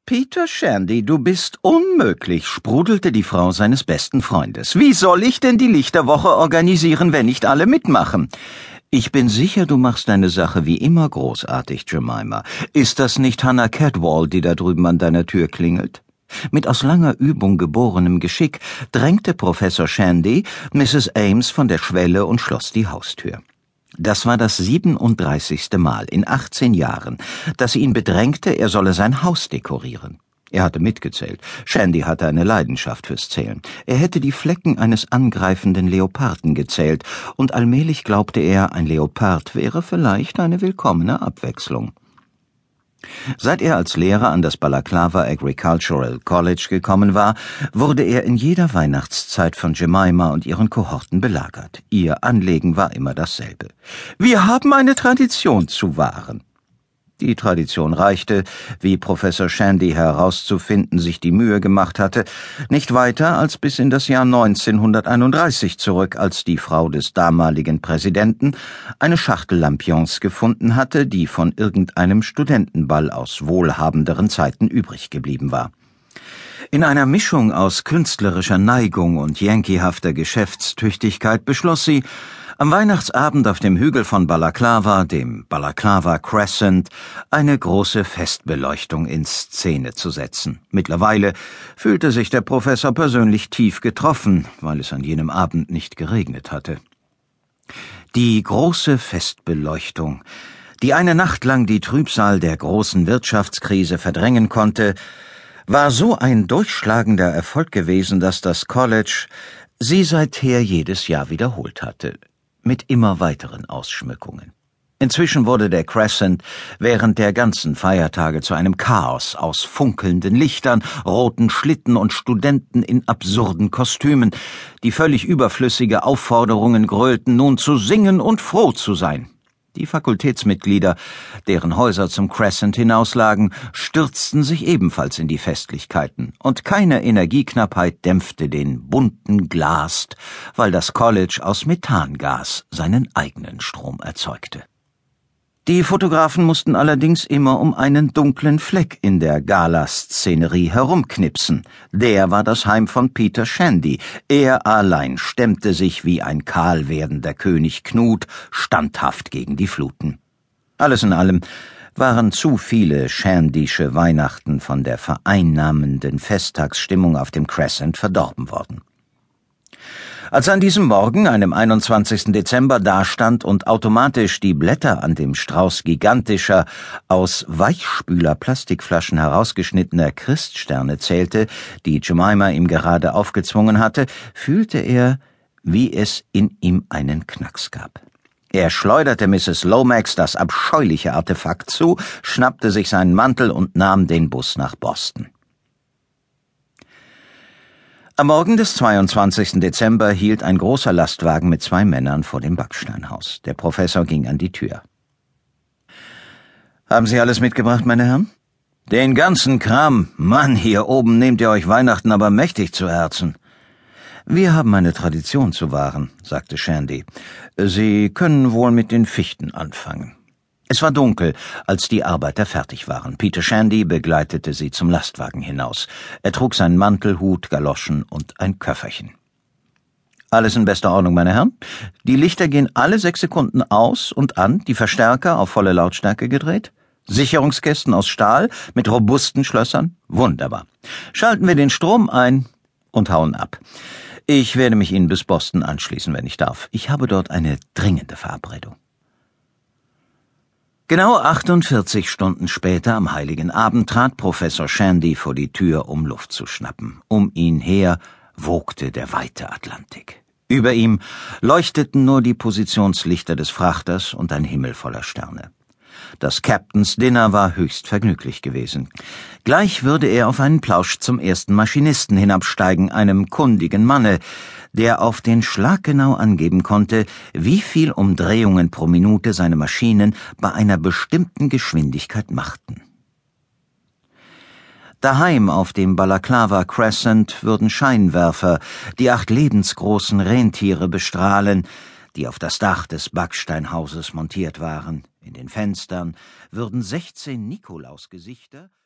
Peter Shandy, du bist unmöglich, sprudelte die Frau seines besten Freundes. Wie soll ich denn die Lichterwoche organisieren, wenn nicht alle mitmachen? Ich bin sicher, du machst deine Sache wie immer großartig, Jemima. Ist das nicht Hannah Cadwall, die da drüben an deiner Tür klingelt? Mit aus langer Übung geborenem Geschick drängte Professor Shandy Mrs. Ames von der Schwelle und schloss die Haustür. Das war das 37. Mal in 18 Jahren, dass sie ihn bedrängte, er solle sein Haus dekorieren. Er hatte mitgezählt. Shandy hatte eine Leidenschaft fürs Zählen. Er hätte die Flecken eines angreifenden Leoparden gezählt, und allmählich glaubte er, ein Leopard wäre vielleicht eine willkommene Abwechslung. Seit er als Lehrer an das Balaclava Agricultural College gekommen war, wurde er in jeder Weihnachtszeit von Jemima und ihren Kohorten belagert. Ihr Anliegen war immer dasselbe. Wir haben eine Tradition zu wahren. Die Tradition reichte, wie Professor Shandy herauszufinden sich die Mühe gemacht hatte, nicht weiter als bis in das Jahr 1931 zurück, als die Frau des damaligen Präsidenten eine Schachtel Lampions gefunden hatte, die von irgendeinem Studentenball aus wohlhabenderen Zeiten übrig geblieben war. In einer Mischung aus künstlerischer Neigung und yankeehafter Geschäftstüchtigkeit beschloss sie, am Weihnachtsabend auf dem Hügel von Balaclava, dem Balaclava Crescent, eine große Festbeleuchtung in Szene zu setzen. Mittlerweile fühlte sich der Professor persönlich tief getroffen, weil es an jenem Abend nicht geregnet hatte. Die große Festbeleuchtung, die eine Nacht lang die Trübsal der großen Wirtschaftskrise verdrängen konnte, war so ein durchschlagender Erfolg gewesen, dass das College sie seither jedes Jahr wiederholt hatte, mit immer weiteren Ausschmückungen. Inzwischen wurde der Crescent während der ganzen Feiertage zu einem Chaos aus funkelnden Lichtern, roten Schlitten und Studenten in absurden Kostümen, die völlig überflüssige Aufforderungen grölten, nun zu singen und froh zu sein. Die Fakultätsmitglieder, deren Häuser zum Crescent hinauslagen, stürzten sich ebenfalls in die Festlichkeiten, und keine Energieknappheit dämpfte den bunten Glast, weil das College aus Methangas seinen eigenen Strom erzeugte. Die Fotografen mussten allerdings immer um einen dunklen Fleck in der Galaszenerie herumknipsen. Der war das Heim von Peter Shandy. Er allein stemmte sich wie ein kahl werdender König Knut standhaft gegen die Fluten. Alles in allem waren zu viele Shandysche Weihnachten von der vereinnahmenden Festtagsstimmung auf dem Crescent verdorben worden. Als er an diesem Morgen, einem 21. Dezember, dastand und automatisch die Blätter an dem Strauß gigantischer, aus Weichspüler-Plastikflaschen herausgeschnittener Christsterne zählte, die Jemima ihm gerade aufgezwungen hatte, fühlte er, wie es in ihm einen Knacks gab. Er schleuderte Mrs. Lomax das abscheuliche Artefakt zu, schnappte sich seinen Mantel und nahm den Bus nach Boston. Am Morgen des 22. Dezember hielt ein großer Lastwagen mit 2 Männern vor dem Backsteinhaus. Der Professor ging an die Tür. »Haben Sie alles mitgebracht, meine Herren?« »Den ganzen Kram. Mann, hier oben nehmt ihr euch Weihnachten aber mächtig zu Herzen.« »Wir haben eine Tradition zu wahren«, sagte Shandy. »Sie können wohl mit den Fichten anfangen.« Es war dunkel, als die Arbeiter fertig waren. Peter Shandy begleitete sie zum Lastwagen hinaus. Er trug seinen Mantel, Hut, Galoschen und ein Köfferchen. »Alles in bester Ordnung, meine Herren. Die Lichter gehen alle 6 Sekunden aus und an, die Verstärker auf volle Lautstärke gedreht. Sicherungskästen aus Stahl mit robusten Schlössern. Wunderbar. Schalten wir den Strom ein und hauen ab. Ich werde mich Ihnen bis Boston anschließen, wenn ich darf. Ich habe dort eine dringende Verabredung.« Genau 48 Stunden später, am Heiligen Abend, trat Professor Shandy vor die Tür, um Luft zu schnappen. Um ihn her wogte der weite Atlantik. Über ihm leuchteten nur die Positionslichter des Frachters und ein Himmel voller Sterne. Das Captain's Dinner war höchst vergnüglich gewesen. Gleich würde er auf einen Plausch zum ersten Maschinisten hinabsteigen, einem kundigen Manne, der auf den Schlag genau angeben konnte, wie viel Umdrehungen pro Minute seine Maschinen bei einer bestimmten Geschwindigkeit machten. Daheim auf dem Balaclava Crescent würden Scheinwerfer die 8 lebensgroßen Rentiere bestrahlen, die auf das Dach des Backsteinhauses montiert waren. In den Fenstern würden 16 Nikolausgesichter